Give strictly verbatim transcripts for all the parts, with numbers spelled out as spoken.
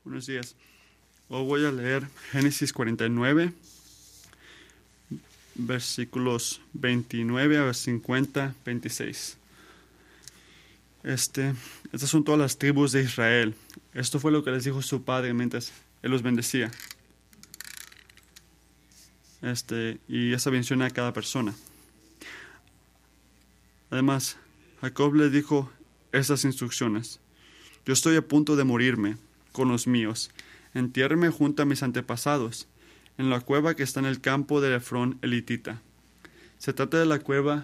Buenos días. Hoy voy a leer Génesis cuarenta y nueve, versículos veintinueve a cincuenta, veintiséis. Este, estas son todas las tribus de Israel. Esto fue lo que les dijo su padre mientras él los bendecía. Este, y esa bendición a cada persona. Además, Jacob le dijo estas instrucciones: yo estoy a punto de morirme con los míos. Entiérreme junto a mis antepasados, en la cueva que está en el campo de Efrón elitita. Se trata de la cueva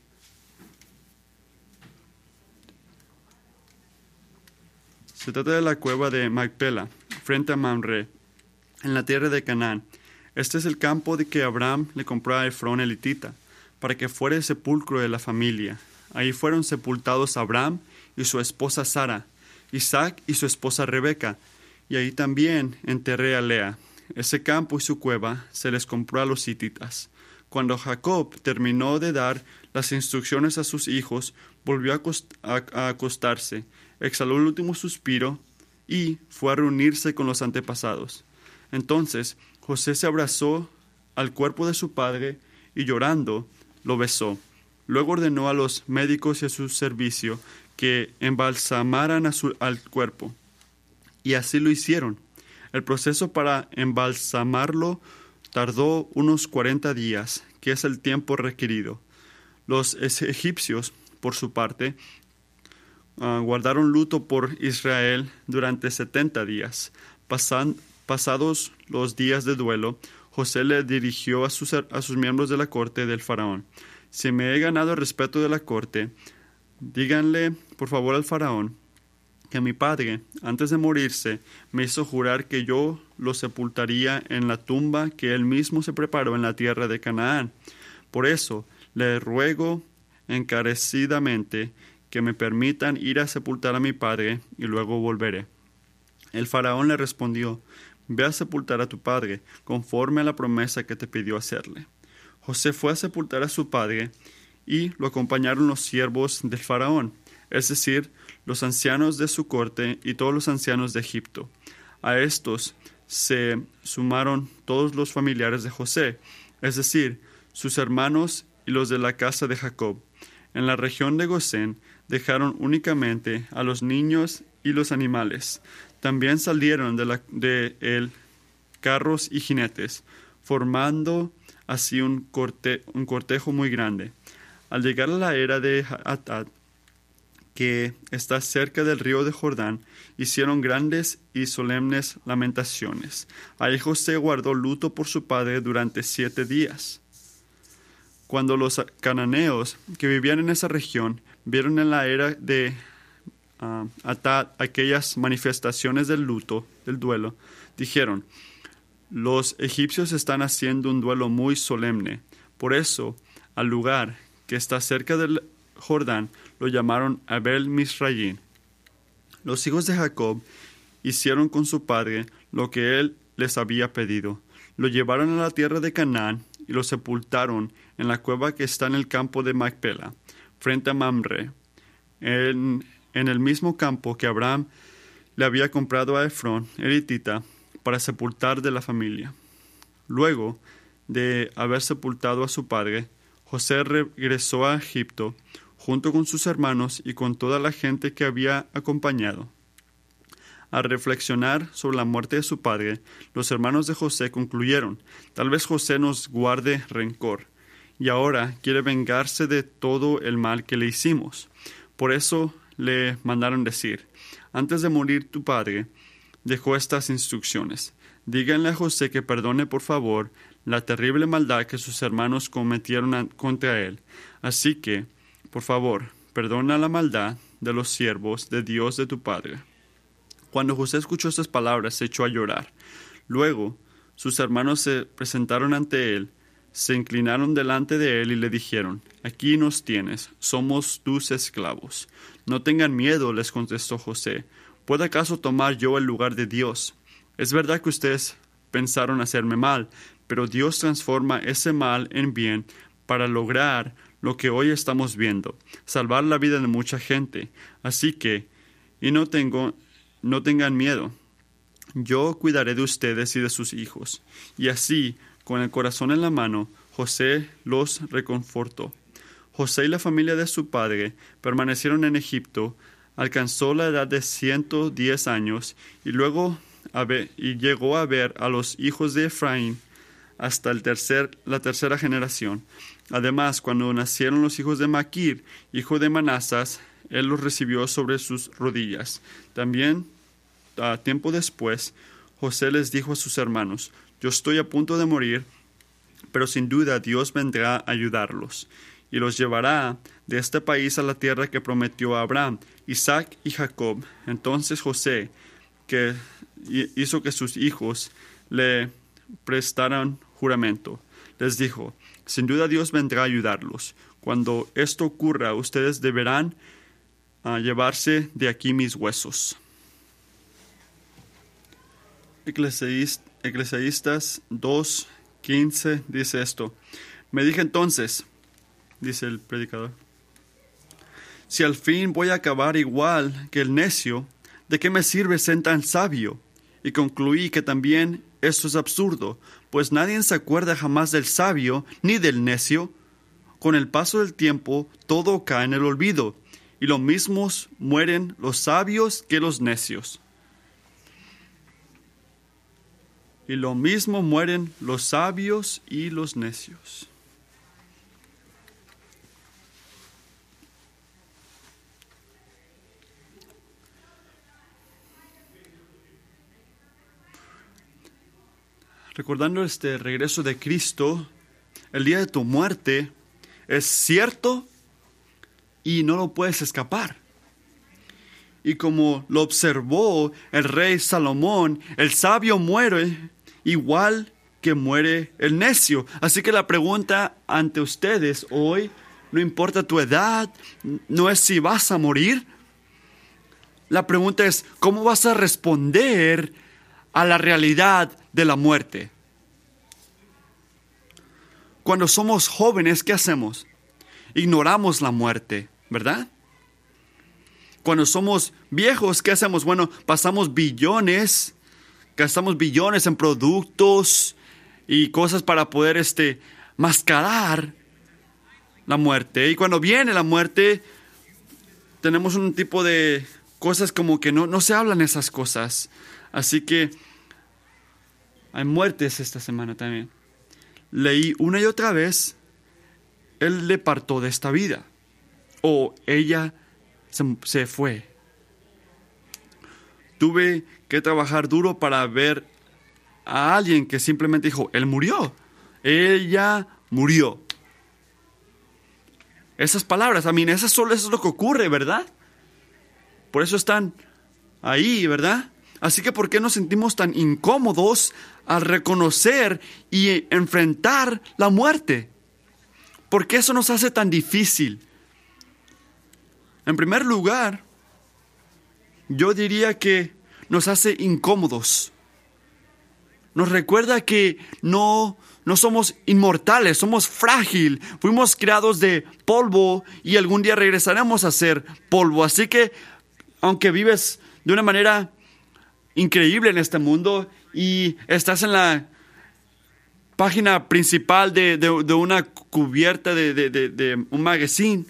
Se trata de la cueva de Macpela, frente a Mamre, en la tierra de Canaán. Este es el campo de que Abraham le compró a Efrón elitita, para que fuera el sepulcro de la familia. Ahí fueron sepultados Abraham y su esposa Sara, Isaac y su esposa Rebeca, y ahí también enterré a Lea. Ese campo y su cueva se les compró a los hititas. Cuando Jacob terminó de dar las instrucciones a sus hijos, volvió a, acost- a, a acostarse, exhaló el último suspiro y fue a reunirse con los antepasados. Entonces José se abrazó al cuerpo de su padre y llorando lo besó. Luego ordenó a los médicos y a su servicio que embalsamaran a su, al cuerpo. Y así lo hicieron. El proceso para embalsamarlo tardó unos cuarenta días, que es el tiempo requerido. Los egipcios, por su parte, uh, guardaron luto por Israel durante setenta días. Pasan, pasados los días de duelo, José le dirigió a sus, a sus miembros de la corte del faraón: si me he ganado el respeto de la corte, díganle por favor al faraón que mi padre, antes de morirse, me hizo jurar que yo lo sepultaría en la tumba que él mismo se preparó en la tierra de Canaán. Por eso le ruego encarecidamente que me permitan ir a sepultar a mi padre y luego volveré. El faraón le respondió: ve a sepultar a tu padre, conforme a la promesa que te pidió hacerle. José fue a sepultar a su padre y lo acompañaron los siervos del faraón, es decir, los ancianos de su corte y todos los ancianos de Egipto. A estos se sumaron todos los familiares de José, es decir, sus hermanos y los de la casa de Jacob. En la región de Gosén dejaron únicamente a los niños y los animales. También salieron de, la, de él carros y jinetes, formando así un, corte, un cortejo muy grande. Al llegar a la era de Atad, que está cerca del río de Jordán, hicieron grandes y solemnes lamentaciones. Ahí José guardó luto por su padre durante siete días. Cuando los cananeos que vivían en esa región vieron en la era de uh, Atad aquellas manifestaciones del luto, del duelo, dijeron: los egipcios están haciendo un duelo muy solemne. Por eso, al lugar que está cerca del Jordán lo llamaron Abel Misrayim. Los hijos de Jacob hicieron con su padre lo que él les había pedido. Lo llevaron a la tierra de Canaán y lo sepultaron en la cueva que está en el campo de Macpela, frente a Mamre, en, en el mismo campo que Abraham le había comprado a Efrón elitita para sepultar de la familia. Luego de haber sepultado a su padre, José regresó a Egipto junto con sus hermanos y con toda la gente que había acompañado. Al reflexionar sobre la muerte de su padre, los hermanos de José concluyeron: tal vez José nos guarde rencor, y ahora quiere vengarse de todo el mal que le hicimos. Por eso le mandaron decir: antes de morir tu padre, dejó estas instrucciones: díganle a José que perdone por favor la terrible maldad que sus hermanos cometieron contra él. Así que, por favor, perdona la maldad de los siervos de Dios de tu padre. Cuando José escuchó estas palabras, se echó a llorar. Luego, sus hermanos se presentaron ante él, se inclinaron delante de él y le dijeron: aquí nos tienes, somos tus esclavos. No tengan miedo, les contestó José. ¿Puedo acaso tomar yo el lugar de Dios? Es verdad que ustedes pensaron hacerme mal, pero Dios transforma ese mal en bien para lograr lo que hoy estamos viendo, salvar la vida de mucha gente. Así que, y no tengo, no tengan miedo. yo cuidaré de ustedes y de sus hijos. Y así, con el corazón en la mano, José los reconfortó. José y la familia de su padre permanecieron en Egipto. Alcanzó la edad de ciento diez años y luego a ver, y llegó a ver a los hijos de Efraín hasta el tercer, la tercera generación. Además, cuando nacieron los hijos de Maquir, hijo de Manasas, él los recibió sobre sus rodillas. También, a tiempo después, José les dijo a sus hermanos: yo estoy a punto de morir, pero sin duda Dios vendrá a ayudarlos y los llevará de este país a la tierra que prometió a Abraham, Isaac y Jacob. Entonces José, que hizo que sus hijos le prestaran juramento, les dijo: sin duda Dios vendrá a ayudarlos. Cuando esto ocurra, ustedes deberán uh, llevarse de aquí mis huesos. Eclesiast, Eclesiastas dos quince dice esto: me dije entonces, dice el predicador, si al fin voy a acabar igual que el necio, ¿de qué me sirve ser tan sabio? Y concluí que también esto es absurdo, pues nadie se acuerda jamás del sabio ni del necio. Con el paso del tiempo todo cae en el olvido, y lo mismos mueren los sabios que los necios. Y lo mismo mueren los sabios y los necios. Recordando este regreso de Cristo, el día de tu muerte es cierto y no lo puedes escapar. Y como lo observó el rey Salomón, el sabio muere igual que muere el necio. Así que la pregunta ante ustedes hoy, no importa tu edad, no es si vas a morir. La pregunta es, ¿cómo vas a responder a la realidad de la muerte? Cuando somos jóvenes, ¿qué hacemos? Ignoramos la muerte, ¿verdad? Cuando somos viejos, ¿qué hacemos? Bueno, pasamos billones, gastamos billones en productos y cosas para poder este, mascarar la muerte. Y cuando viene la muerte, tenemos un tipo de cosas como que no, no se hablan esas cosas. Así que hay muertes esta semana también. Leí una y otra vez, él le partó de esta vida, o ella se, se fue. Tuve que trabajar duro para ver a alguien que simplemente dijo, él murió, ella murió. Esas palabras, a mí, eso solo eso es lo que ocurre, ¿verdad? Por eso están ahí, ¿verdad? Así que ¿por qué nos sentimos tan incómodos al reconocer y enfrentar la muerte? ¿Por qué eso nos hace tan difícil? En primer lugar, yo diría que nos hace incómodos. Nos recuerda que no, no somos inmortales, somos frágiles. Fuimos creados de polvo y algún día regresaremos a ser polvo. Así que, aunque vives de una manera increíble en este mundo y estás en la página principal de, de, de una cubierta de, de, de, de un magazine,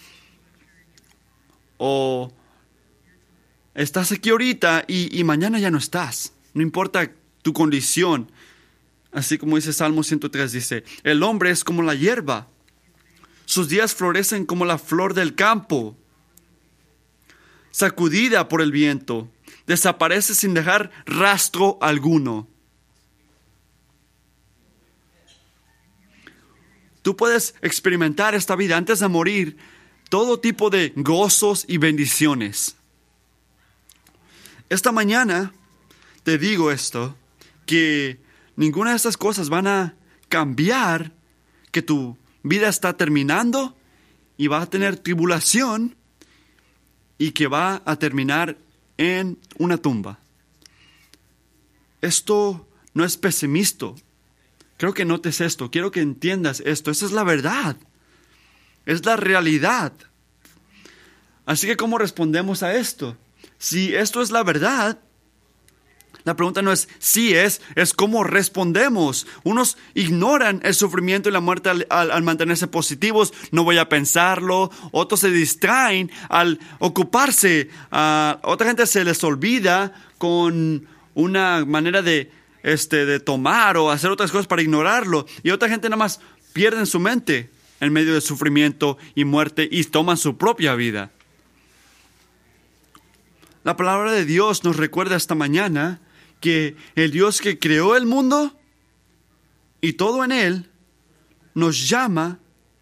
o estás aquí ahorita y, y mañana ya no estás, no importa tu condición. Así como dice Salmo ciento tres, dice, el hombre es como la hierba, sus días florecen como la flor del campo, sacudida por el viento, desaparece sin dejar rastro alguno. Tú puedes experimentar esta vida antes de morir, todo tipo de gozos y bendiciones. Esta mañana te digo esto, que ninguna de estas cosas van a cambiar, que tu vida está terminando y va a tener tribulación y que va a terminar en una tumba. Esto no es pesimista. Creo que notes esto. Quiero que entiendas esto. Esa es la verdad. Es la realidad. Así que, ¿cómo respondemos a esto? Si esto es la verdad, La pregunta no es si es, es cómo respondemos. Unos ignoran el sufrimiento y la muerte al, al, al mantenerse positivos. No voy a pensarlo. Otros se distraen al ocuparse. A otra gente se les olvida con una manera de, este, de tomar o hacer otras cosas para ignorarlo. Y otra gente nada más pierde su mente en medio del sufrimiento y muerte y toman su propia vida. La palabra de Dios nos recuerda esta mañana que el Dios que creó el mundo y todo en él nos llama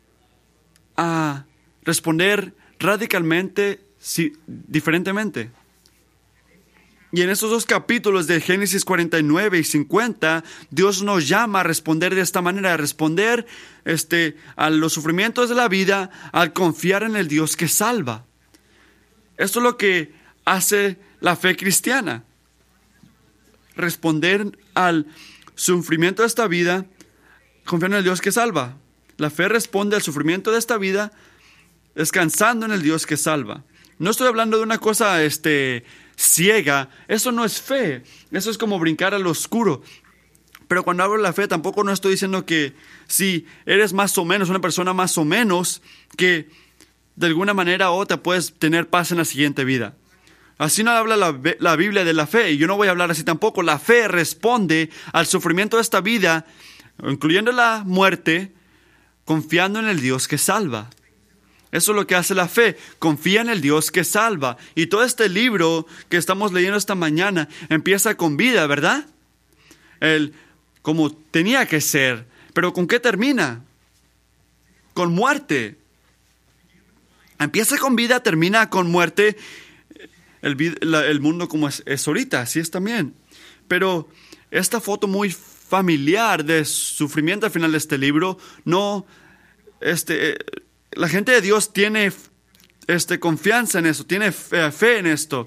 a responder radicalmente, sí, diferentemente. Y en estos dos capítulos de Génesis cuarenta y nueve y cincuenta, Dios nos llama a responder de esta manera, a responder este, a los sufrimientos de la vida, al confiar en el Dios que salva. Esto es lo que hace la fe cristiana. Responder al sufrimiento de esta vida, confiar en el Dios que salva. La fe responde al sufrimiento de esta vida, descansando en el Dios que salva. No estoy hablando de una cosa este, ciega. Eso no es fe. Eso es como brincar al oscuro. Pero cuando hablo de la fe, tampoco no estoy diciendo que si eres más o menos, una persona más o menos, que de alguna manera u otra puedes tener paz en la siguiente vida. Así no habla la, la Biblia de la fe, y yo no voy a hablar así tampoco. La fe responde al sufrimiento de esta vida, incluyendo la muerte, confiando en el Dios que salva. Eso es lo que hace la fe, confía en el Dios que salva. Y todo este libro que estamos leyendo esta mañana empieza con vida, ¿verdad? El, como tenía que ser. Pero ¿con qué termina? Con muerte. Empieza con vida, termina con muerte. El, la, el mundo como es, es ahorita, así es también. Pero esta foto muy familiar de sufrimiento al final de este libro, no, este, la gente de Dios tiene este, confianza en eso, tiene fe, fe en esto.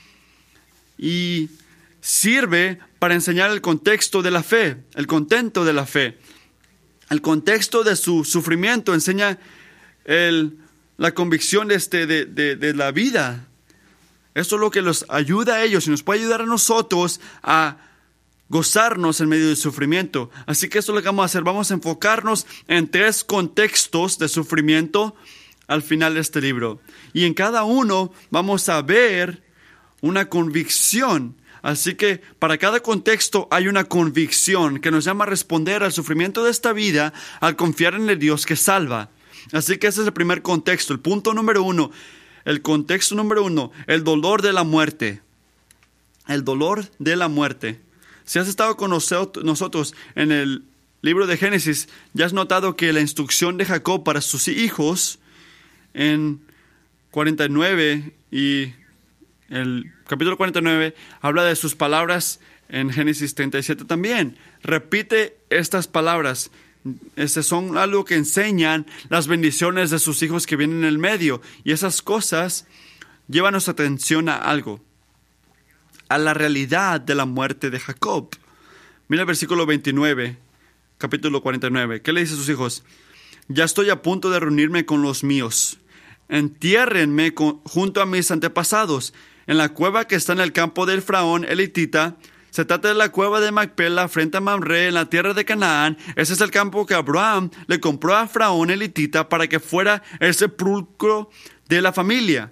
Y sirve para enseñar el contexto de la fe, el contento de la fe. El contexto de su sufrimiento enseña el, la convicción de, este, de, de, de la vida. Esto es lo que los ayuda a ellos y nos puede ayudar a nosotros a gozarnos en medio del sufrimiento. Así que esto es lo que vamos a hacer. Vamos a enfocarnos en tres contextos de sufrimiento al final de este libro. Y en cada uno vamos a ver una convicción. Así que para cada contexto hay una convicción que nos llama a responder al sufrimiento de esta vida al confiar en el Dios que salva. Así que ese es el primer contexto. El punto número uno. El contexto número uno, el dolor de la muerte. El dolor de la muerte. Si has estado con nosotros en el libro de Génesis, ya has notado que la instrucción de Jacob para sus hijos en cuarenta y nueve y el capítulo cuarenta y nueve habla de sus palabras en Génesis treinta y siete también. Repite estas palabras. Esas son algo que enseñan las bendiciones de sus hijos que vienen en el medio. Y esas cosas llevan nuestra atención a algo, a la realidad de la muerte de Jacob. Mira el versículo veintinueve, capítulo cuarenta y nueve. ¿Qué le dice a sus hijos? Ya estoy a punto de reunirme con los míos. Entiérrenme con, junto a mis antepasados, en la cueva que está en el campo del faraón elitita. Se trata de la cueva de Macpela frente a Mamre en la tierra de Canaán. Ese es el campo que Abraham le compró a Faraón elitita para que fuera el sepulcro de la familia.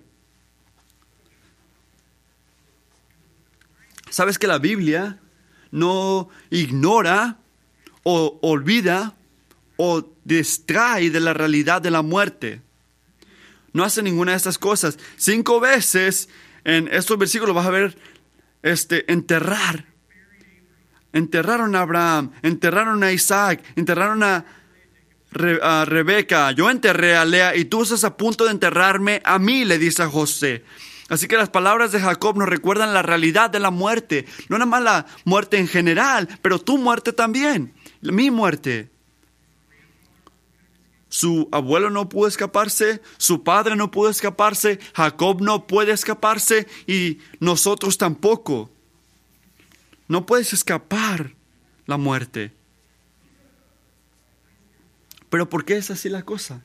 ¿Sabes que la Biblia no ignora o olvida o distrae de la realidad de la muerte? No hace ninguna de estas cosas. Cinco veces en estos versículos vas a ver este, enterrar. Enterraron a Abraham, enterraron a Isaac, enterraron a, Re, a Rebeca. Yo enterré a Lea y tú estás a punto de enterrarme a mí, le dice a José. Así que las palabras de Jacob nos recuerdan la realidad de la muerte. No nada más la muerte en general, pero tu muerte también, mi muerte. Su abuelo no pudo escaparse, su padre no pudo escaparse, Jacob no puede escaparse y nosotros tampoco. No puedes escapar la muerte. Pero ¿por qué es así la cosa?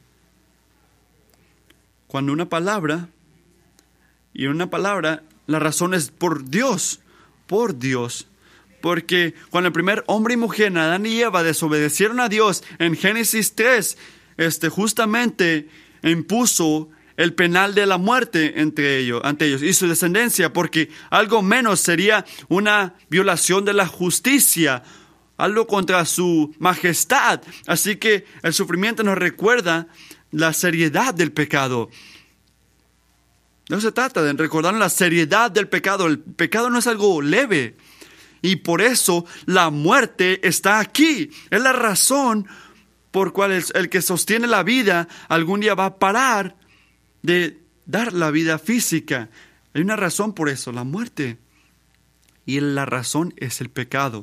Cuando una palabra, y una palabra, la razón es por Dios. por Dios. Porque cuando el primer hombre y mujer, Adán y Eva, desobedecieron a Dios, en Génesis tres, este, justamente impuso el penal de la muerte entre ellos, ante ellos y su descendencia, porque algo menos sería una violación de la justicia, algo contra su majestad. Así que el sufrimiento nos recuerda la seriedad del pecado. No se trata de recordar la seriedad del pecado. El pecado no es algo leve. Y por eso la muerte está aquí. Es la razón por cual el, el que sostiene la vida algún día va a parar de dar la vida física. Hay una razón por eso, la muerte. Y la razón es el pecado.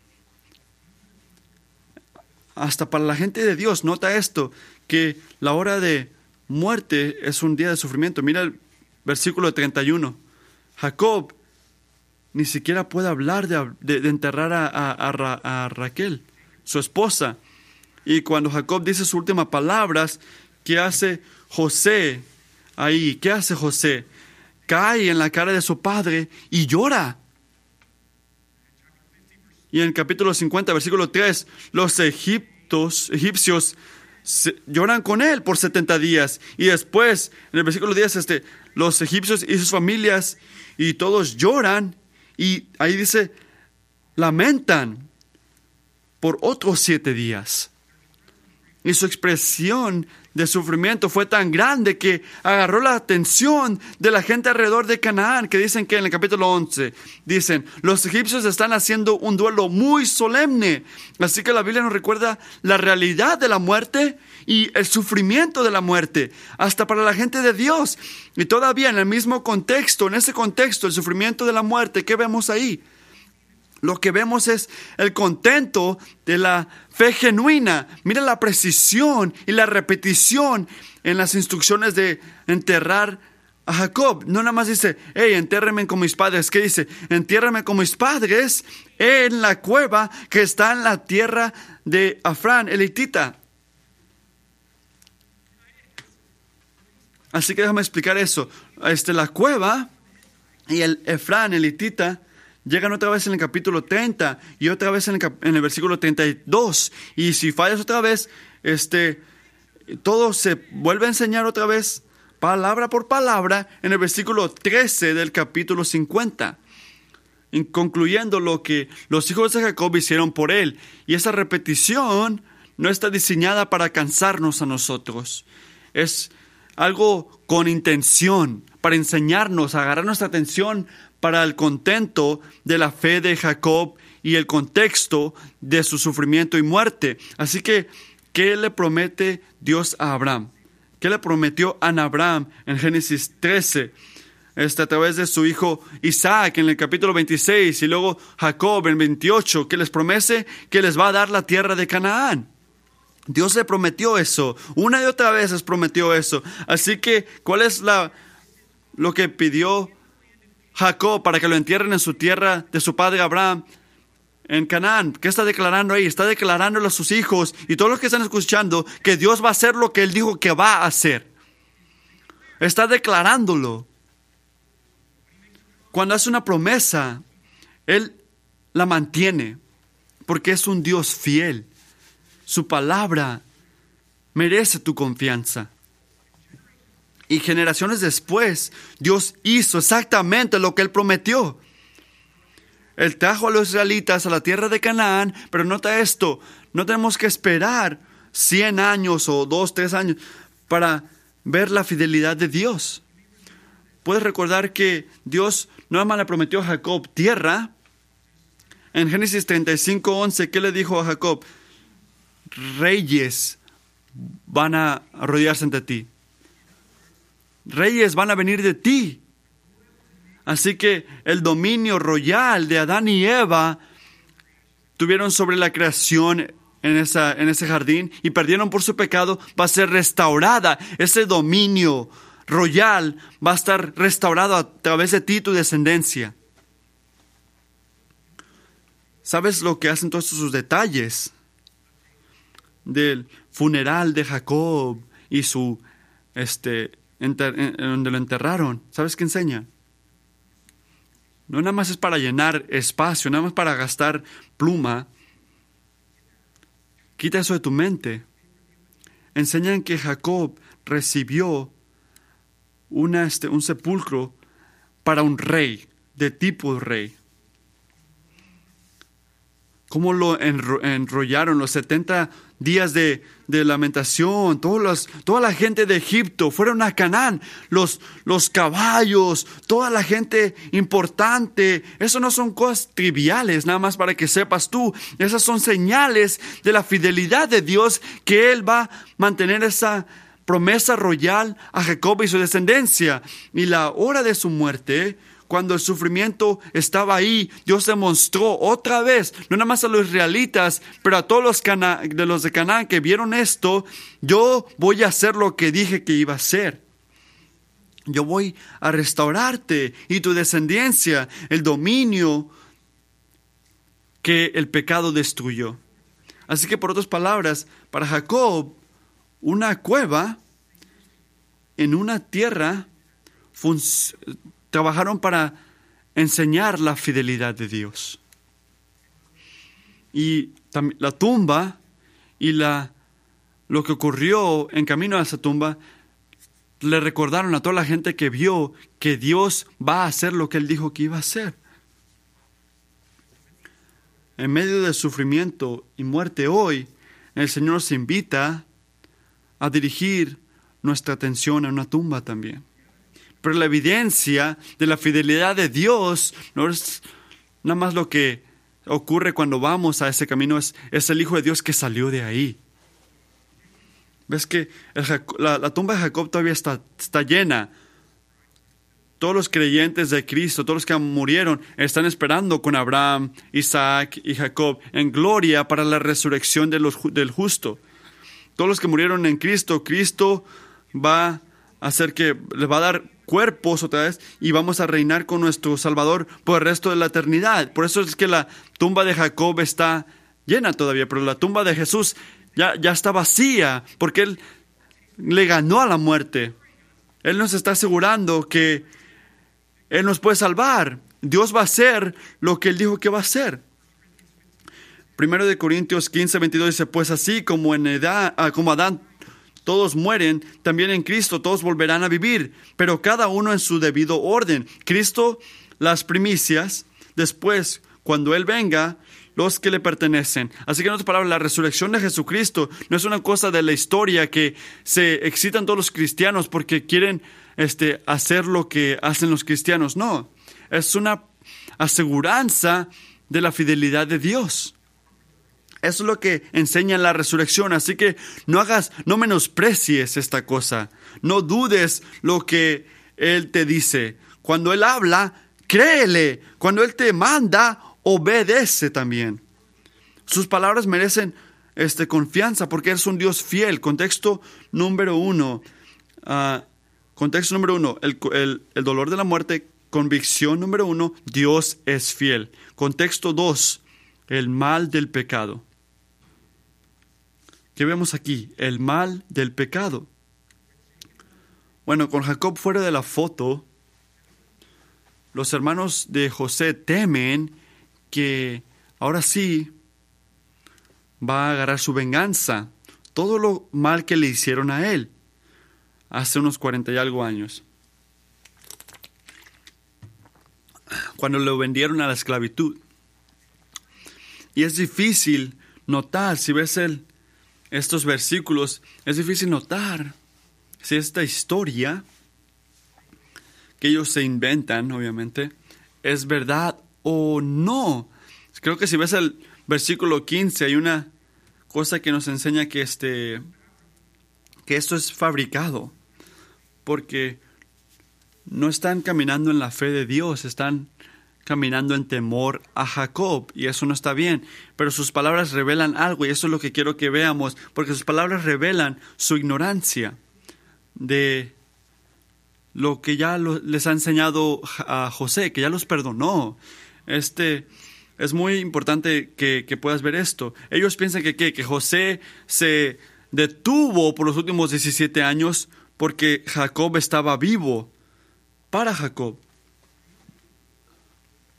Hasta para la gente de Dios, nota esto, que la hora de muerte es un día de sufrimiento. Mira el versículo treinta y uno. Jacob ni siquiera puede hablar de, de, de enterrar a, a, a, Ra, a Raquel, su esposa. Y cuando Jacob dice sus últimas palabras, ¿qué hace José ahí? ¿Qué hace José? Cae en la cara de su padre y llora. Y en el capítulo cincuenta, versículo tres, los egiptos, egipcios se, lloran con él por setenta días. Y después, en el versículo diez, este, los egipcios y sus familias, y todos lloran. Y ahí dice, lamentan por otros siete días. Y su expresión de sufrimiento fue tan grande que agarró la atención de la gente alrededor de Canaán, que dicen que en el capítulo once, dicen, los egipcios están haciendo un duelo muy solemne. Así que la Biblia nos recuerda la realidad de la muerte y el sufrimiento de la muerte, hasta para la gente de Dios. Y todavía en el mismo contexto, en ese contexto, el sufrimiento de la muerte, ¿qué vemos ahí? Lo que vemos es el contento de la fe genuina. Mira la precisión y la repetición en las instrucciones de enterrar a Jacob. No nada más dice, hey, entiérreme con mis padres. ¿Qué dice? Entiérrame con mis padres en la cueva que está en la tierra de Efrán, el hitita. Así que déjame explicar eso. Este, la cueva y el Efrán, el hitita, llegan otra vez en el capítulo treinta y otra vez en el, cap- en el versículo treinta y dos. Y si fallas otra vez, este, todo se vuelve a enseñar otra vez, palabra por palabra, en el versículo trece del capítulo cincuenta. Concluyendo lo que los hijos de Jacob hicieron por él. Y esa repetición no está diseñada para cansarnos a nosotros. Es algo con intención, para enseñarnos, agarrar nuestra atención para el contento de la fe de Jacob y el contexto de su sufrimiento y muerte. Así que, ¿qué le promete Dios a Abraham? ¿Qué le prometió a Abraham en Génesis trece? Este, a través de su hijo Isaac en el capítulo veintiséis y luego Jacob en veintiocho, que les promete que les va a dar la tierra de Canaán. Dios le prometió eso. Una y otra vez les prometió eso. Así que, ¿cuál es la, lo que pidió Jacob para que lo entierren en su tierra de su padre Abraham en Canaán? ¿Qué está declarando ahí? Está declarándole a sus hijos y todos los que están escuchando que Dios va a hacer lo que Él dijo que va a hacer. Está declarándolo. Cuando hace una promesa, Él la mantiene porque es un Dios fiel. Su palabra merece tu confianza. Y generaciones después, Dios hizo exactamente lo que Él prometió. Él trajo a los israelitas a la tierra de Canaán, pero nota esto, no tenemos que esperar cien años o dos, tres años para ver la fidelidad de Dios. Puedes recordar que Dios no nada más le prometió a Jacob tierra. En Génesis treinta y cinco, once, ¿qué le dijo a Jacob? Reyes van a arrodillarse ante ti. Reyes van a venir de ti. Así que el dominio royal de Adán y Eva tuvieron sobre la creación en, esa, en ese jardín y perdieron por su pecado, va a ser restaurada. Ese dominio royal va a estar restaurado a través de ti y tu descendencia. ¿Sabes lo que hacen todos sus detalles? Del funeral de Jacob y su, este, enter, en donde lo enterraron. ¿Sabes qué enseña? No nada más es para llenar espacio, nada más para gastar pluma. Quita eso de tu mente. Enseñan que Jacob recibió una, este, un sepulcro para un rey, de tipo rey. Cómo lo enro- enrollaron los setenta días de, de lamentación. Todos los, toda la gente de Egipto fueron a Canaán. Los, los caballos, toda la gente importante. Eso no son cosas triviales, nada más para que sepas tú. Esas son señales de la fidelidad de Dios, que Él va a mantener esa promesa royal a Jacob y su descendencia. Y la hora de su muerte, cuando el sufrimiento estaba ahí, Dios demostró otra vez, no nada más a los israelitas, pero a todos los cana- de los de Canaán que vieron esto: yo voy a hacer lo que dije que iba a hacer. Yo voy a restaurarte y tu descendencia, el dominio que el pecado destruyó. Así que, por otras palabras, para Jacob, una cueva en una tierra funcionó. Trabajaron para enseñar la fidelidad de Dios. Y tam- la tumba y la, lo que ocurrió en camino a esa tumba le recordaron a toda la gente que vio que Dios va a hacer lo que Él dijo que iba a hacer. En medio del sufrimiento y muerte hoy, el Señor nos invita a dirigir nuestra atención a una tumba también. Pero la evidencia de la fidelidad de Dios no es nada más lo que ocurre cuando vamos a ese camino, es, es el Hijo de Dios que salió de ahí. ¿Ves que el, la, la tumba de Jacob todavía está, está llena? Todos los creyentes de Cristo, todos los que murieron, están esperando con Abraham, Isaac y Jacob en gloria para la resurrección de los, del justo. Todos los que murieron en Cristo, Cristo va a hacer que les va a dar cuerpos otra vez y vamos a reinar con nuestro Salvador por el resto de la eternidad. Por eso es que la tumba de Jacob está llena todavía, pero la tumba de Jesús ya, ya está vacía, porque Él le ganó a la muerte. Él nos está asegurando que Él nos puede salvar. Dios va a hacer lo que Él dijo que va a hacer. Primero de Corintios quince, veintidós dice: pues así como en edad, como Adán todos mueren, también en Cristo todos volverán a vivir, pero cada uno en su debido orden. Cristo, las primicias, después, cuando Él venga, los que le pertenecen. Así que en otras palabras, la resurrección de Jesucristo no es una cosa de la historia que se excitan todos los cristianos porque quieren este, hacer lo que hacen los cristianos. No, es una aseguranza de la fidelidad de Dios. Eso es lo que enseña la resurrección. Así que no hagas, no menosprecies esta cosa. No dudes lo que Él te dice. Cuando Él habla, créele. Cuando Él te manda, obedece también. Sus palabras merecen este, confianza porque es un Dios fiel. Contexto número uno. Uh, contexto número uno. El, el, el dolor de la muerte. Convicción número uno. Dios es fiel. Contexto dos. El mal del pecado. ¿Qué vemos aquí? El mal del pecado. Bueno, con Jacob fuera de la foto, los hermanos de José temen que ahora sí va a agarrar su venganza. Todo lo mal que le hicieron a él hace unos cuarenta y algo años. Cuando lo vendieron a la esclavitud. Y es difícil notar, si ves el estos versículos, es difícil notar si esta historia que ellos se inventan, obviamente, es verdad o no. Creo que si ves el versículo quince, hay una cosa que nos enseña que, este, que esto es fabricado, porque no están caminando en la fe de Dios, están caminando en temor a Jacob, y eso no está bien, pero sus palabras revelan algo, y eso es lo que quiero que veamos, porque sus palabras revelan su ignorancia de lo que ya lo, les ha enseñado a José, que ya los perdonó. Este, es muy importante que, que puedas ver esto. Ellos piensan que, que, que José se detuvo por los últimos diecisiete años porque Jacob estaba vivo para Jacob.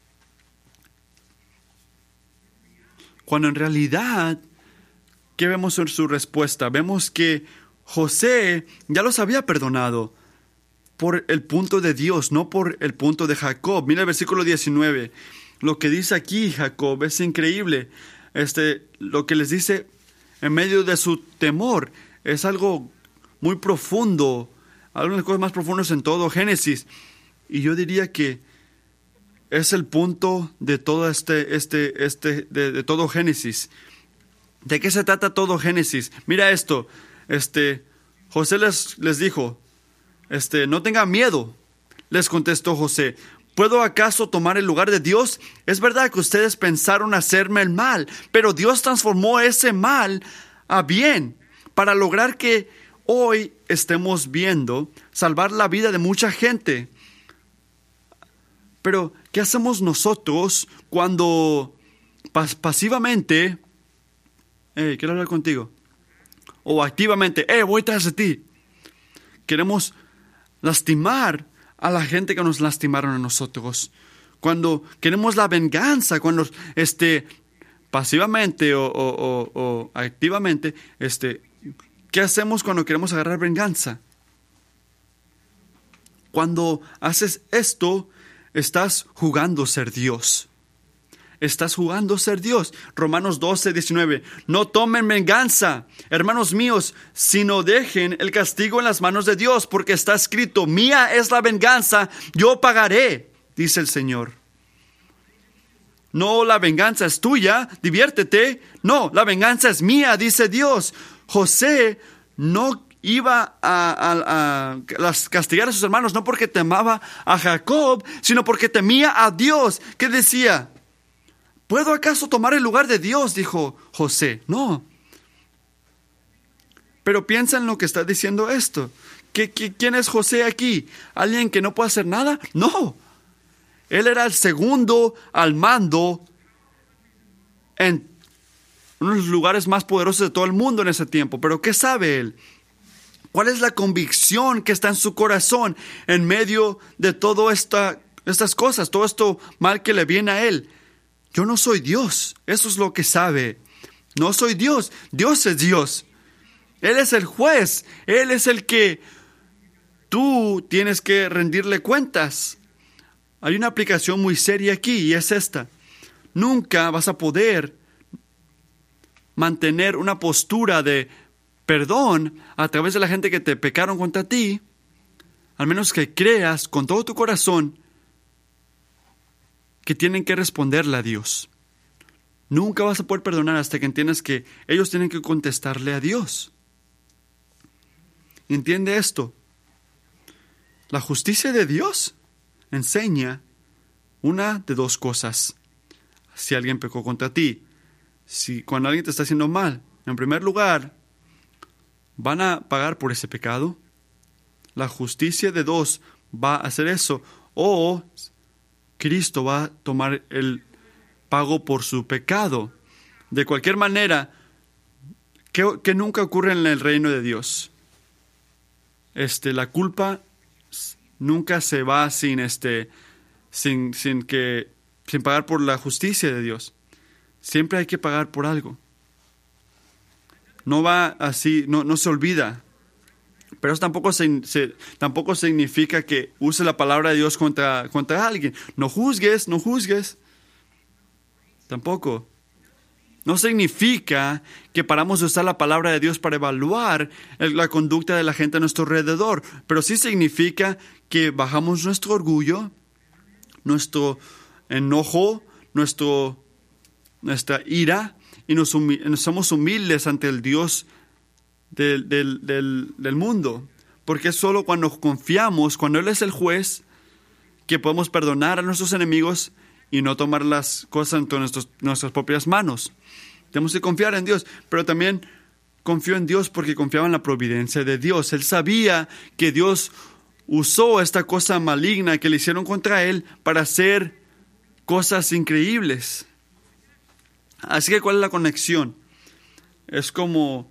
Cuando en realidad, ¿qué vemos en su respuesta? Vemos que José ya los había perdonado por el punto de Dios, no por el punto de Jacob. Mira el versículo diecinueve. Lo que dice aquí Jacob es increíble. Este, lo que les dice en medio de su temor es algo muy profundo, algunas de las cosas más profundas en todo Génesis. Y yo diría que es el punto de todo este, este, este, de, de todo Génesis. ¿De qué se trata todo Génesis? Mira esto. Este, José les, les dijo, este, no tengan miedo. Les contestó José, ¿puedo acaso tomar el lugar de Dios? Es verdad que ustedes pensaron hacerme el mal, pero Dios transformó ese mal a bien para lograr que hoy estemos viendo salvar la vida de mucha gente. Pero, ¿qué hacemos nosotros cuando pas- pasivamente, hey, quiero hablar contigo, o activamente, hey, voy tras de ti, queremos lastimar a la gente que nos lastimaron a nosotros? Cuando queremos la venganza, cuando este, pasivamente o, o, o, o activamente, este, ¿qué hacemos cuando queremos agarrar venganza? Cuando haces esto, estás jugando ser Dios. Estás jugando ser Dios. Romanos doce, diecinueve. No tomen venganza, hermanos míos, sino dejen el castigo en las manos de Dios, porque está escrito, mía es la venganza, yo pagaré, dice el Señor. No, la venganza es tuya, diviértete. No, la venganza es mía, dice Dios. José no iba a, a, a las castigar a sus hermanos, no porque temaba a Jacob, sino porque temía a Dios. ¿Qué decía? ¿Puedo acaso tomar el lugar de Dios?, dijo José. No. Pero piensa en lo que está diciendo esto. ¿Qué, qué, ¿Quién es José aquí? ¿Alguien que no puede hacer nada? No. Él era el segundo al mando en uno de los lugares más poderosos de todo el mundo en ese tiempo. Pero ¿qué sabe él? ¿Cuál es la convicción que está en su corazón en medio de todas esta, estas cosas, todo esto mal que le viene a él? Yo no soy Dios. Eso es lo que sabe. No soy Dios. Dios es Dios. Él es el juez. Él es el que tú tienes que rendirle cuentas. Hay una aplicación muy seria aquí y es esta. Nunca vas a poder mantener una postura de perdón a través de la gente que te pecaron contra ti, al menos que creas con todo tu corazón que tienen que responderle a Dios. Nunca vas a poder perdonar hasta que entiendas que ellos tienen que contestarle a Dios. ¿Entiende esto? La justicia de Dios enseña una de dos cosas. Si alguien pecó contra ti, si cuando alguien te está haciendo mal, en primer lugar, van a pagar por ese pecado. La justicia de Dios va a hacer eso. O Cristo va a tomar el pago por su pecado. De cualquier manera, que, que nunca ocurre en el reino de Dios. Este, la culpa nunca se va sin este, sin, sin que, sin pagar por la justicia de Dios. Siempre hay que pagar por algo. No va así, no, no se olvida. Pero eso tampoco, se, se, tampoco significa que use la palabra de Dios contra, contra alguien. No juzgues, no juzgues. Tampoco. No significa que paramos de usar la palabra de Dios para evaluar el, la conducta de la gente a nuestro alrededor. Pero sí significa que bajamos nuestro orgullo, nuestro enojo, nuestro, nuestra ira, y nos, humi- nos somos humildes ante el Dios Del, del, del, del mundo, porque es solo cuando confiamos, cuando Él es el juez, que podemos perdonar a nuestros enemigos y no tomar las cosas en nuestros, nuestras propias manos. Tenemos que confiar en Dios, pero también confió en Dios porque confiaba en la providencia de Dios. Él sabía que Dios usó esta cosa maligna que le hicieron contra él para hacer cosas increíbles. Así que, ¿cuál es la conexión? Es como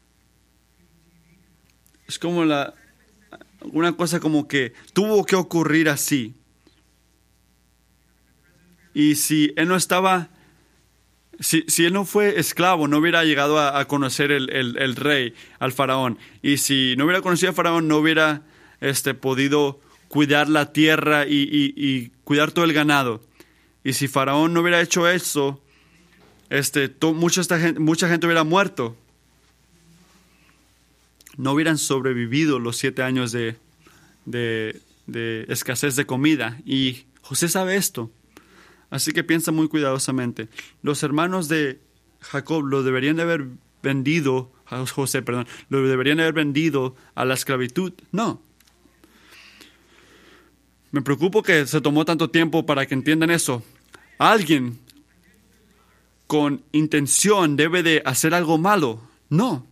Es como la, una cosa como que tuvo que ocurrir así. Y si él no estaba Si, si él no fue esclavo, no hubiera llegado a, a conocer el, el, el rey, al faraón. Y si no hubiera conocido al faraón, no hubiera este, podido cuidar la tierra y, y, y cuidar todo el ganado. Y si faraón no hubiera hecho eso, este, to, mucha, esta gente, mucha gente hubiera muerto. No hubieran sobrevivido los siete años de, de, de escasez de comida. Y José sabe esto. Así que piensa muy cuidadosamente. Los hermanos de Jacob lo deberían de haber vendido, a José, perdón, lo deberían de haber vendido a la esclavitud. No. Me preocupo que se tomó tanto tiempo para que entiendan eso. Alguien con intención debe de hacer algo malo. No.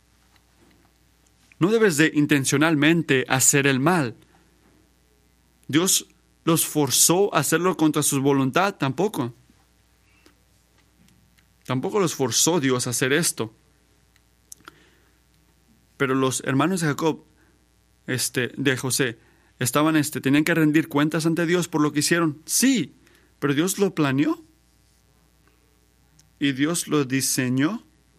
No debes de intencionalmente hacer el mal. Dios los forzó a hacerlo contra su voluntad, tampoco. Tampoco los forzó Dios a hacer esto. Pero los hermanos de Jacob, este, de José, estaban, este, tenían que rendir cuentas ante Dios por lo que hicieron. Sí, pero Dios lo planeó. Y Dios lo diseñó.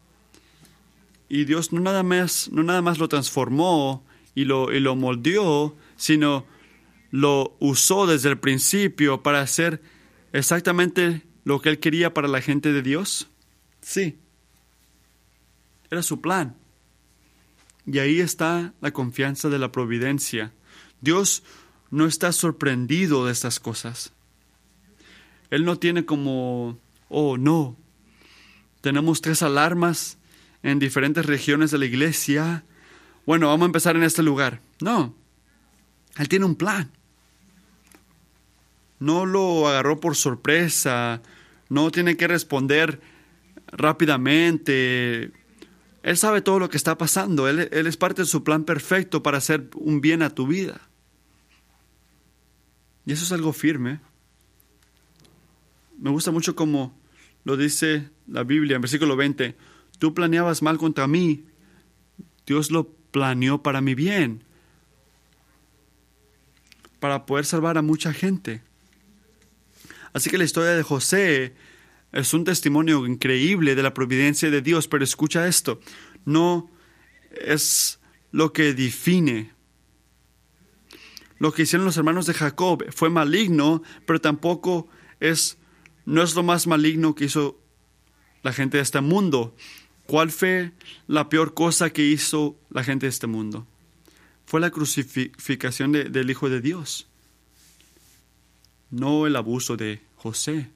Y Dios no nada más, no nada más lo transformó y lo, y lo moldeó, sino lo usó desde el principio para hacer exactamente lo que Él quería para la gente de Dios. Sí. Era su plan. Y ahí está la confianza de la providencia. Dios no está sorprendido de estas cosas. Él no tiene como, oh no, tenemos tres alarmas en diferentes regiones de la iglesia. Bueno, vamos a empezar en este lugar. No. Él tiene un plan. No lo agarró por sorpresa. No tiene que responder rápidamente. Él sabe todo lo que está pasando. Él, él es parte de su plan perfecto para hacer un bien a tu vida. Y eso es algo firme. Me gusta mucho como lo dice la Biblia en versículo veinte. Tú planeabas mal contra mí. Dios lo planeó para mi bien. Para poder salvar a mucha gente. Así que la historia de José es un testimonio increíble de la providencia de Dios. Pero escucha esto. No es lo que define. Lo que hicieron los hermanos de Jacob fue maligno, pero tampoco es, no es lo más maligno que hizo la gente de este mundo. ¿Cuál fue la peor cosa que hizo la gente de este mundo? Fue la crucificación de, del Hijo de Dios. No el abuso de José.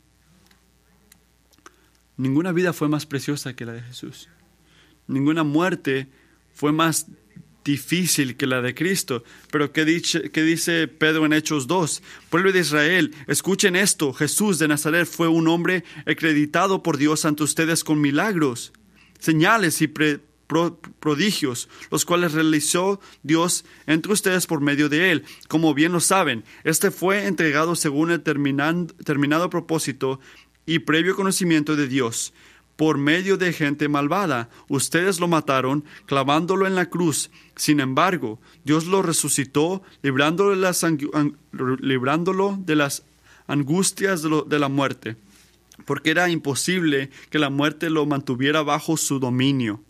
Ninguna vida fue más preciosa que la de Jesús. Ninguna muerte fue más difícil que la de Cristo. Pero ¿qué dice, qué dice Pedro en Hechos dos? Pueblo de Israel, escuchen esto. Jesús de Nazaret fue un hombre acreditado por Dios ante ustedes con milagros, señales y pre, pro, prodigios, los cuales realizó Dios entre ustedes por medio de él. Como bien lo saben, este fue entregado según el terminan, terminado propósito y previo conocimiento de Dios. Por medio de gente malvada, ustedes lo mataron clavándolo en la cruz. Sin embargo, Dios lo resucitó, librándolo de las, librándolo de las angustias de, lo, de la muerte, porque era imposible que la muerte lo mantuviera bajo su dominio.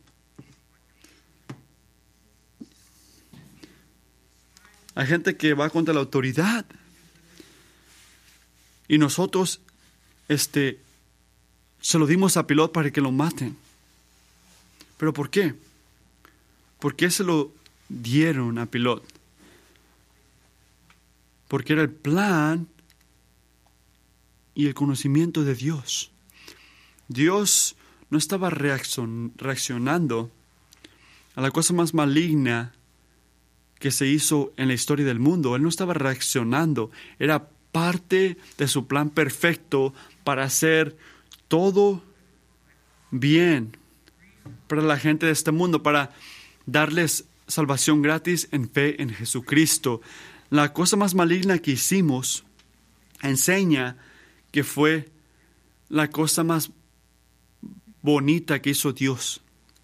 Hay gente que va contra la autoridad. Y nosotros, este... se lo dimos a Pilato para que lo maten. ¿Pero por qué? ¿Por qué se lo dieron a Pilato? Porque era el plan y el conocimiento de Dios. Dios no estaba reaccion- reaccionando a la cosa más maligna que se hizo en la historia del mundo. Él no estaba reaccionando. Era parte de su plan perfecto para hacer todo bien para la gente de este mundo, para darles salvación gratis en fe en Jesucristo. La cosa más maligna que hicimos enseña que fue la cosa más bonita que hizo Dios.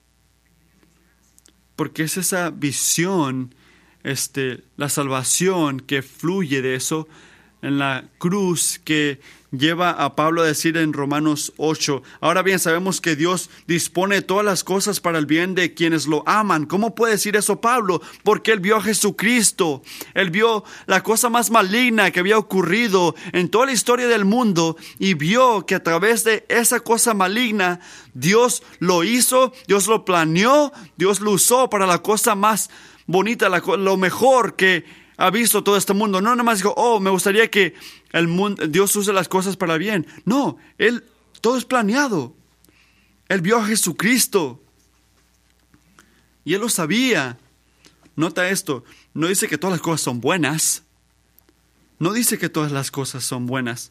Porque es esa visión, este, la salvación que fluye de eso en la cruz, que lleva a Pablo a decir en Romanos ocho, ahora bien, sabemos que Dios dispone todas las cosas para el bien de quienes lo aman. ¿Cómo puede decir eso Pablo? Porque él vio a Jesucristo. Él vio la cosa más maligna que había ocurrido en toda la historia del mundo y vio que a través de esa cosa maligna, Dios lo hizo, Dios lo planeó, Dios lo usó para la cosa más bonita, la, lo mejor que ha visto todo este mundo. No nomás dijo, oh, me gustaría que el mundo, Dios use las cosas para bien. No, Él, todo es planeado. Él vio a Jesucristo. Y Él lo sabía. Nota esto, no dice que todas las cosas son buenas. No dice que todas las cosas son buenas.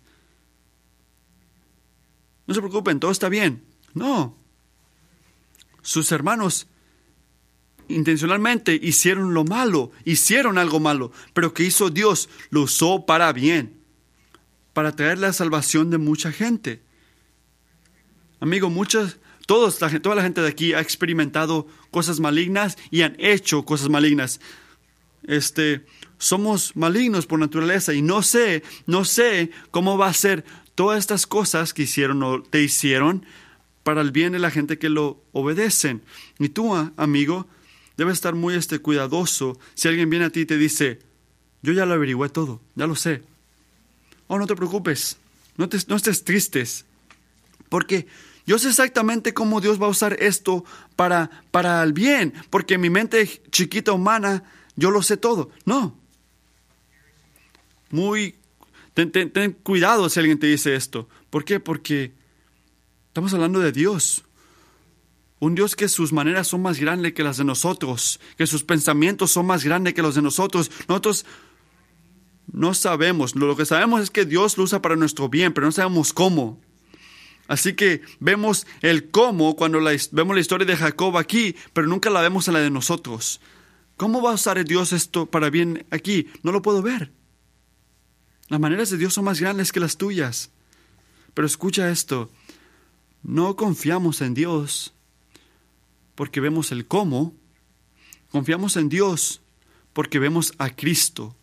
No se preocupen, todo está bien. No. Sus hermanos intencionalmente hicieron lo malo, hicieron algo malo, pero ¿qué hizo Dios? Lo usó para bien, para traer la salvación de mucha gente. Amigo, muchas, todos, la, toda la gente de aquí ha experimentado cosas malignas y han hecho cosas malignas. Este, somos malignos por naturaleza y no sé, no sé cómo va a ser todas estas cosas que hicieron o te hicieron para el bien de la gente que lo obedecen. Y tú, amigo, debes estar muy este, cuidadoso si alguien viene a ti y te dice, yo ya lo averigüé todo, ya lo sé. Oh, no te preocupes, no, te, no estés tristes, porque yo sé exactamente cómo Dios va a usar esto para, para el bien, porque en mi mente chiquita humana, yo lo sé todo. No. Muy, ten, ten, ten cuidado si alguien te dice esto. ¿Por qué? Porque estamos hablando de Dios. Un Dios que sus maneras son más grandes que las de nosotros, que sus pensamientos son más grandes que los de nosotros. Nosotros no sabemos. Lo que sabemos es que Dios lo usa para nuestro bien, pero no sabemos cómo. Así que vemos el cómo cuando la, vemos la historia de Jacob aquí, pero nunca la vemos en la de nosotros. ¿Cómo va a usar Dios esto para bien aquí? No lo puedo ver. Las maneras de Dios son más grandes que las tuyas. Pero escucha esto. No confiamos en Dios porque vemos el cómo. Confiamos en Dios porque vemos a Cristo.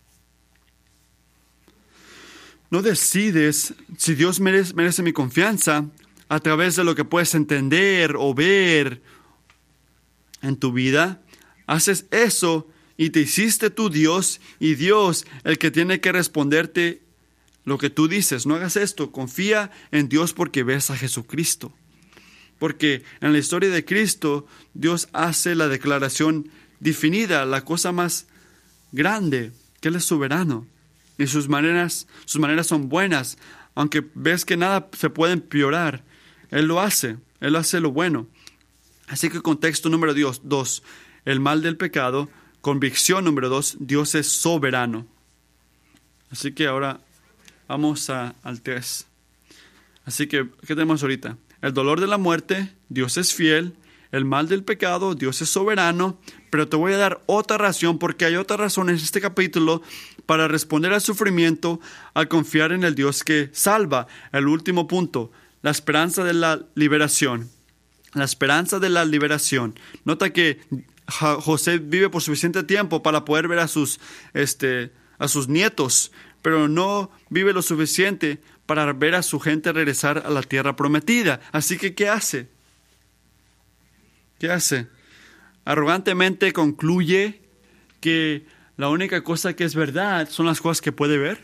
No decides si Dios merece, merece mi confianza a través de lo que puedes entender o ver en tu vida. Haces eso y te hiciste tu Dios y Dios el que tiene que responderte lo que tú dices. No hagas esto. Confía en Dios porque ves a Jesucristo. Porque en la historia de Cristo, Dios hace la declaración definida, la cosa más grande, que Él es soberano. Y sus maneras, sus maneras son buenas. Aunque ves que nada se puede empeorar, Él lo hace. Él hace lo bueno. Así que contexto número dos, el mal del pecado. Convicción número dos, Dios es soberano. Así que ahora vamos a, al tres. Así que, ¿qué tenemos ahorita? El dolor de la muerte, Dios es fiel. El mal del pecado, Dios es soberano. Pero te voy a dar otra razón, porque hay otra razón en este capítulo para responder al sufrimiento, al confiar en el Dios que salva. El último punto, la esperanza de la liberación. La esperanza de la liberación. Nota que José vive por suficiente tiempo para poder ver a sus, este, a sus nietos, pero no vive lo suficiente para ver a su gente regresar a la tierra prometida. Así que, ¿qué hace? ¿Qué hace? Arrogantemente concluye que la única cosa que es verdad son las cosas que puede ver.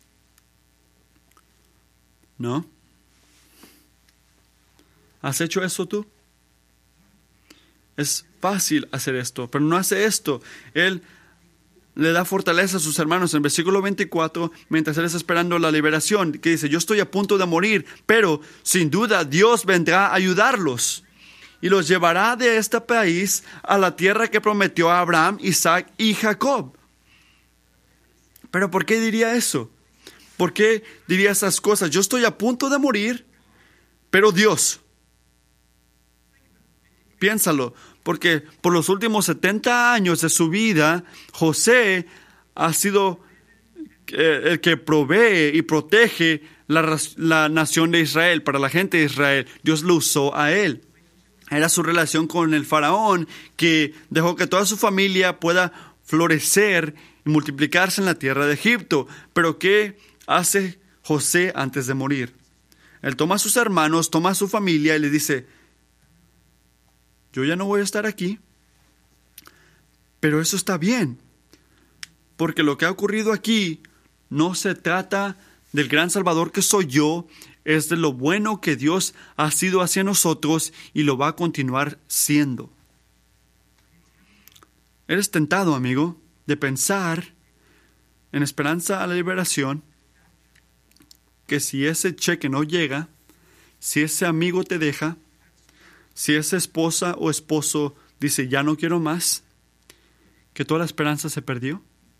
¿No? ¿Has hecho eso tú? Es fácil hacer esto, pero no hace esto. Él le da fortaleza a sus hermanos en versículo veinticuatro, mientras él está esperando la liberación, que dice, yo estoy a punto de morir, pero sin duda Dios vendrá a ayudarlos y los llevará de este país a la tierra que prometió a Abraham, Isaac y Jacob. ¿Pero por qué diría eso? ¿Por qué diría esas cosas? Yo estoy a punto de morir, pero Dios. Piénsalo, porque por los últimos setenta años de su vida, José ha sido eh, el que provee y protege la, la nación de Israel, para la gente de Israel. Dios lo usó a él. Era su relación con el faraón que dejó que toda su familia pueda florecer y multiplicarse en la tierra de Egipto. Pero ¿qué hace José antes de morir. Él toma a sus hermanos, toma a su familia y le dice, yo ya no voy a estar aquí, pero eso está bien, porque lo que ha ocurrido aquí no se trata del gran Salvador que soy yo, es de lo bueno que Dios ha sido hacia nosotros y lo va a continuar siendo. Eres tentado, amigo, de pensar en esperanza a la liberación, que si ese cheque no llega, si ese amigo te deja, si esa esposa o esposo dice ya no quiero más, que toda la esperanza se perdió.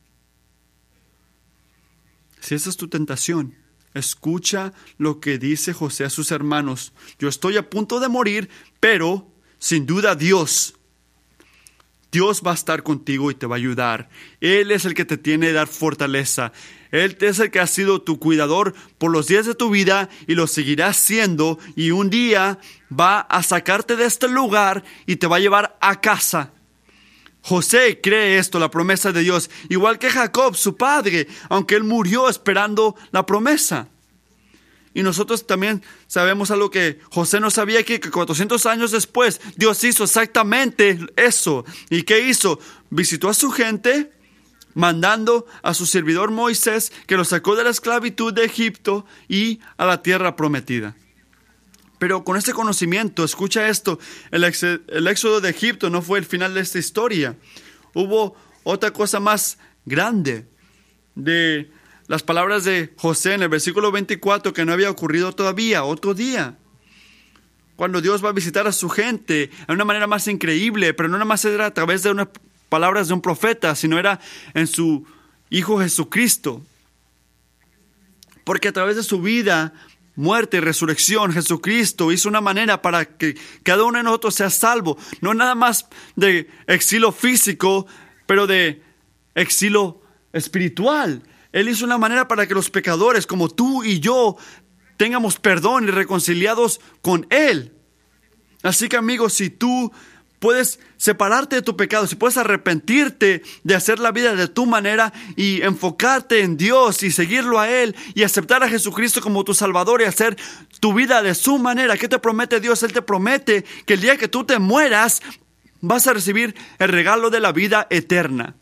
Si esa es tu tentación, escucha lo que dice José a sus hermanos. Yo estoy a punto de morir, pero sin duda Dios, Dios va a estar contigo y te va a ayudar. Él es el que te tiene que dar fortaleza. Él es el que ha sido tu cuidador por los días de tu vida y lo seguirá siendo. Y un día va a sacarte de este lugar y te va a llevar a casa. José cree esto, la promesa de Dios, igual que Jacob, su padre, aunque él murió esperando la promesa. Y nosotros también sabemos algo que José no sabía, que cuatrocientos años después Dios hizo exactamente eso. ¿Y qué hizo? Visitó a su gente, mandando a su servidor Moisés, que lo sacó de la esclavitud de Egipto y a la tierra prometida. Pero con este conocimiento, escucha esto, el, ex, el éxodo de Egipto no fue el final de esta historia. Hubo otra cosa más grande de las palabras de José en el versículo veinticuatro que no había ocurrido todavía, otro día. Cuando Dios va a visitar a su gente de una manera más increíble, pero no nada más era a través de unas palabras de un profeta, sino era en su Hijo Jesucristo. Porque a través de su vida, muerte y resurrección, Jesucristo hizo una manera para que cada uno de nosotros sea salvo. No nada más de exilio físico, pero de exilio espiritual. Él hizo una manera para que los pecadores como tú y yo tengamos perdón y reconciliados con Él. Así que, amigos, si tú puedes separarte de tu pecado, si puedes arrepentirte de hacer la vida de tu manera y enfocarte en Dios y seguirlo a Él y aceptar a Jesucristo como tu Salvador y hacer tu vida de su manera, ¿qué te promete Dios? Él te promete que el día que tú te mueras vas a recibir el regalo de la vida eterna.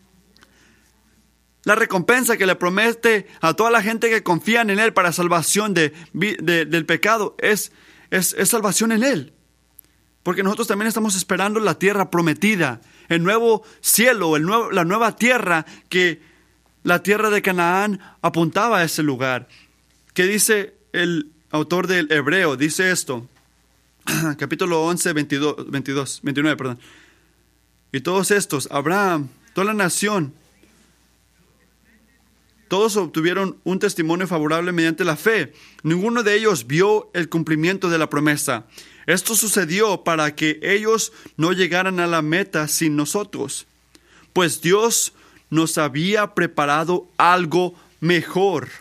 La recompensa que le promete a toda la gente que confía en Él para salvación de, de, del pecado es, es, es salvación en Él. Porque nosotros también estamos esperando la tierra prometida, el nuevo cielo, el nuevo, la nueva tierra, que la tierra de Canaán apuntaba a ese lugar. ¿Qué dice el autor del Hebreo? Dice esto, capítulo once, veintidós, veintidós, veintinueve, perdón. Y todos estos, Abraham, toda la nación, todos obtuvieron un testimonio favorable mediante la fe. Ninguno de ellos vio el cumplimiento de la promesa. Esto sucedió para que ellos no llegaran a la meta sin nosotros, pues Dios nos había preparado algo mejor.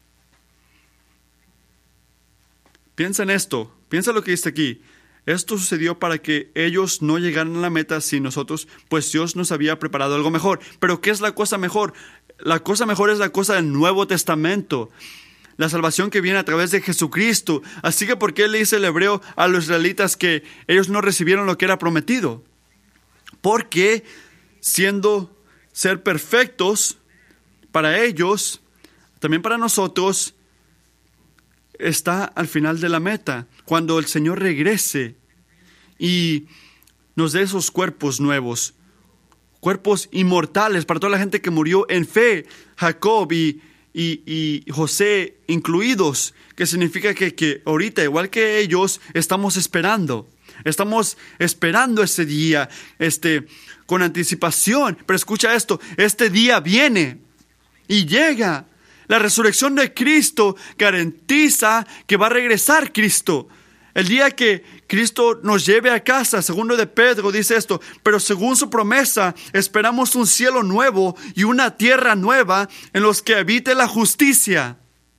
Piensa en esto, piensa lo que dice aquí. Esto sucedió para que ellos no llegaran a la meta sin nosotros, pues Dios nos había preparado algo mejor. ¿Pero qué es la cosa mejor? La cosa mejor es la cosa del Nuevo Testamento. La salvación que viene a través de Jesucristo. Así que, ¿por qué le dice el hebreo a los israelitas que ellos no recibieron lo que era prometido? Porque siendo ser perfectos para ellos, también para nosotros, está al final de la meta. Cuando el Señor regrese y nos dé esos cuerpos nuevos, cuerpos inmortales para toda la gente que murió en fe, Jacob y Y, y José incluidos, que significa que, que ahorita, igual que ellos, estamos esperando. Estamos esperando ese día, este, con anticipación. Pero escucha esto, este día viene y llega. La resurrección de Cristo garantiza que va a regresar Cristo. El día que Cristo nos lleve a casa, segundo de Pedro dice esto, pero según su promesa, esperamos un cielo nuevo y una tierra nueva en los que habite la justicia.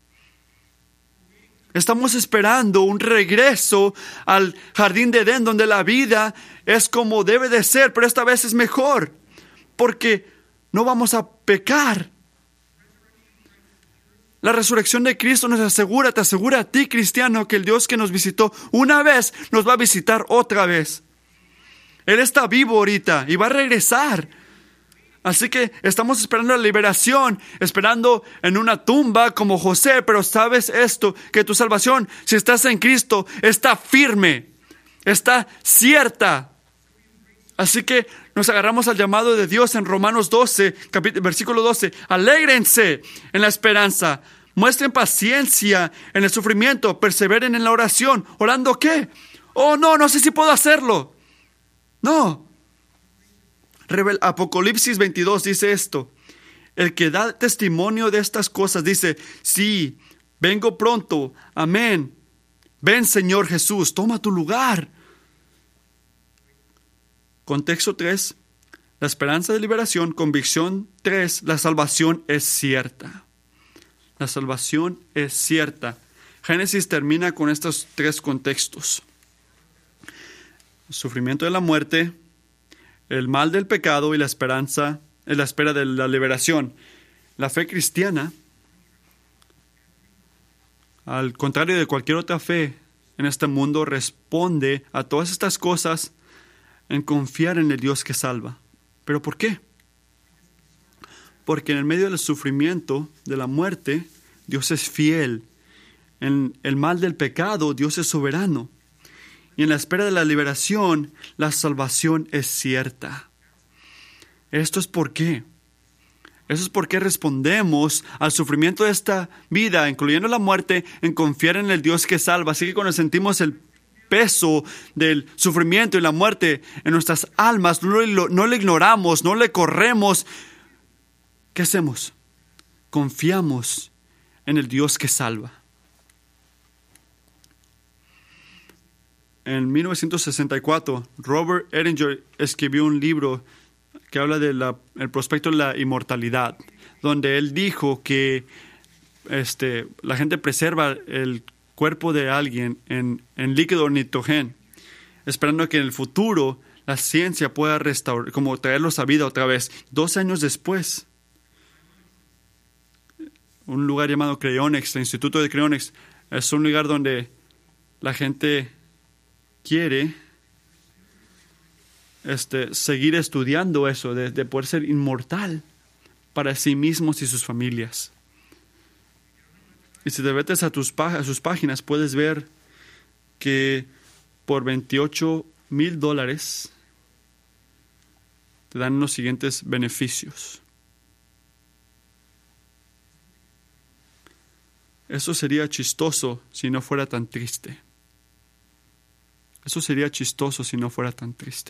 Estamos esperando un regreso al jardín de Edén, donde la vida es como debe de ser, pero esta vez es mejor, porque no vamos a pecar. La resurrección de Cristo nos asegura, te asegura a ti, cristiano, que el Dios que nos visitó una vez nos va a visitar otra vez. Él está vivo ahorita y va a regresar. Así que estamos esperando la liberación, esperando en una tumba como José, pero sabes esto, que tu salvación, si estás en Cristo, está firme, está cierta. Así que nos agarramos al llamado de Dios en Romanos doce, capítulo, versículo doce. Alégrense en la esperanza, muestren paciencia en el sufrimiento, perseveren en la oración. ¿Orando qué? Oh, no, no sé si puedo hacerlo. No. Revel- Apocalipsis veintidós dice esto. El que da testimonio de estas cosas dice, sí, vengo pronto, amén. Ven, Señor Jesús, toma tu lugar. Contexto tres, la esperanza de liberación. Convicción tres, la salvación es cierta. La salvación es cierta. Génesis termina con estos tres contextos. El sufrimiento de la muerte, el mal del pecado y la esperanza, la espera de la liberación. La fe cristiana, al contrario de cualquier otra fe en este mundo, responde a todas estas cosas en confiar en el Dios que salva. ¿Pero por qué? Porque en el medio del sufrimiento, de la muerte, Dios es fiel. En el mal del pecado, Dios es soberano. Y en la espera de la liberación, la salvación es cierta. Esto es por qué. Eso es por qué respondemos al sufrimiento de esta vida, incluyendo la muerte, en confiar en el Dios que salva. Así que cuando sentimos el peso del sufrimiento y la muerte en nuestras almas, no lo, no lo ignoramos, no le corremos. ¿Qué hacemos? Confiamos en el Dios que salva. En mil novecientos sesenta y cuatro, Robert Ettinger escribió un libro que habla del prospecto de la inmortalidad, donde él dijo que este, la gente preserva el cuerpo de alguien en, en líquido nitrógeno, esperando que en el futuro la ciencia pueda restaurar, como traerlos a vida otra vez. Dos años después, un lugar llamado Cryonex, el Instituto de Cryonex, es un lugar donde la gente quiere este, seguir estudiando eso, de, de poder ser inmortal para sí mismos y sus familias. Y si te metes a, tus, a sus páginas, puedes ver que por veintiocho mil dólares te dan los siguientes beneficios. Eso sería chistoso si no fuera tan triste. Eso sería chistoso si no fuera tan triste.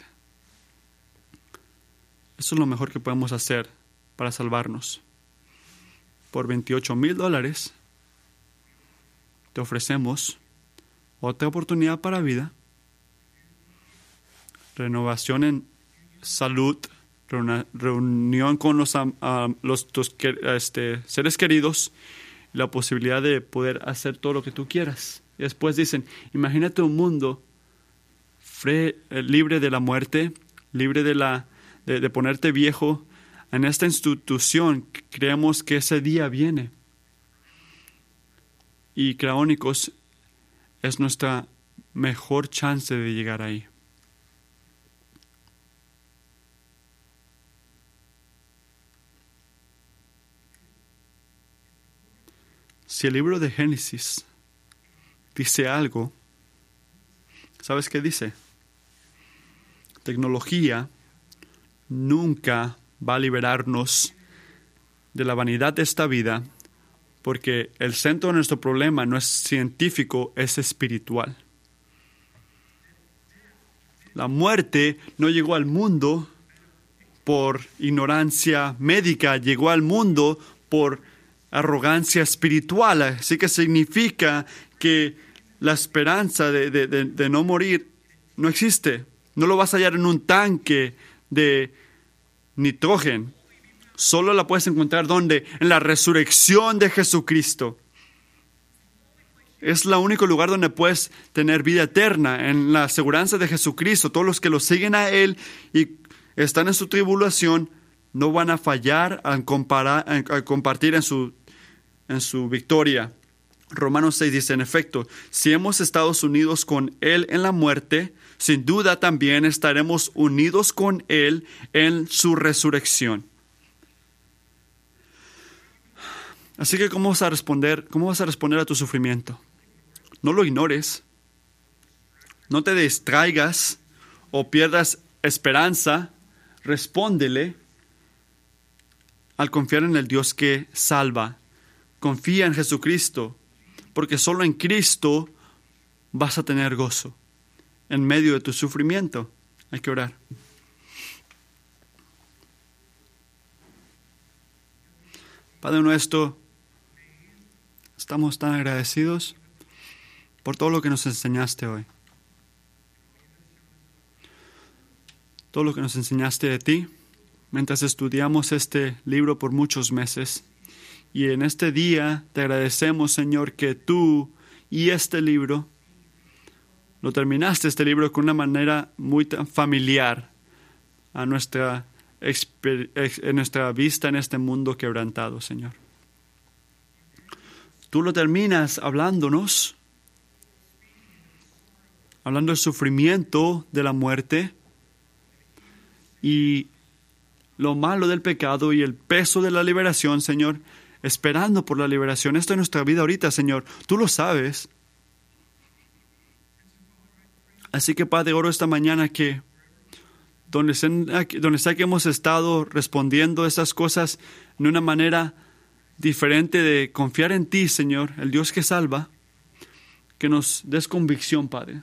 Eso es lo mejor que podemos hacer para salvarnos. Por veintiocho mil dólares te ofrecemos otra oportunidad para vida, renovación en salud, reunión con los, um, los tus, este, seres queridos, la posibilidad de poder hacer todo lo que tú quieras. Y después dicen, imagínate un mundo fre, eh, libre de la muerte, libre de, la, de, de ponerte viejo. En esta institución creemos que ese día viene. Y Craónicos es nuestra mejor chance de llegar ahí. Si el libro de Génesis dice algo, ¿sabes qué dice? Tecnología nunca va a liberarnos de la vanidad de esta vida, porque el centro de nuestro problema no es científico, es espiritual. La muerte no llegó al mundo por ignorancia médica, llegó al mundo por arrogancia espiritual. Así que significa que la esperanza de, de, de, de no morir no existe. No lo vas a hallar en un tanque de nitrógeno. Solo la puedes encontrar ¿dónde? En la resurrección de Jesucristo. Es el único lugar donde puedes tener vida eterna, en la aseguranza de Jesucristo. Todos los que lo siguen a Él y están en su tribulación no van a fallar al, comparar, al compartir en su en su victoria. Romanos seis dice, en efecto, si hemos estado unidos con Él en la muerte, sin duda también estaremos unidos con Él en su resurrección. Así que, ¿cómo vas a responder? ¿Cómo vas a responder a tu sufrimiento? No lo ignores. No te distraigas o pierdas esperanza. Respóndele al confiar en el Dios que salva. Confía en Jesucristo, porque solo en Cristo vas a tener gozo en medio de tu sufrimiento. Hay que orar. Padre nuestro, estamos tan agradecidos por todo lo que nos enseñaste hoy. Todo lo que nos enseñaste de ti mientras estudiamos este libro por muchos meses. Y en este día te agradecemos, Señor, que tú y este libro, lo terminaste este libro con una manera muy familiar a nuestra, en nuestra vista en este mundo quebrantado, Señor. Tú lo terminas hablándonos, hablando del sufrimiento de la muerte y lo malo del pecado y el peso de la liberación, Señor, esperando por la liberación. Esto es nuestra vida ahorita, Señor. Tú lo sabes. Así que, Padre, oro esta mañana que donde sea, donde sea que hemos estado respondiendo a estas cosas de una manera diferente de confiar en ti, Señor, el Dios que salva, que nos des convicción, Padre.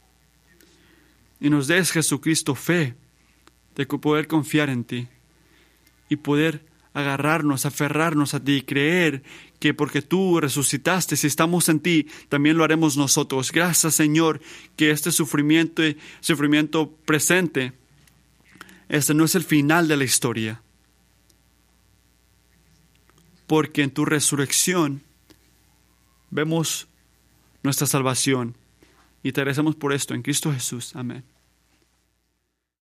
Y nos des, Jesucristo, fe de poder confiar en ti y poder agarrarnos, aferrarnos a ti y creer que porque tú resucitaste, si estamos en ti, también lo haremos nosotros. Gracias, Señor, que este sufrimiento, sufrimiento presente, este no es el final de la historia. Porque en tu resurrección vemos nuestra salvación. Y te agradecemos por esto en Cristo Jesús. Amén.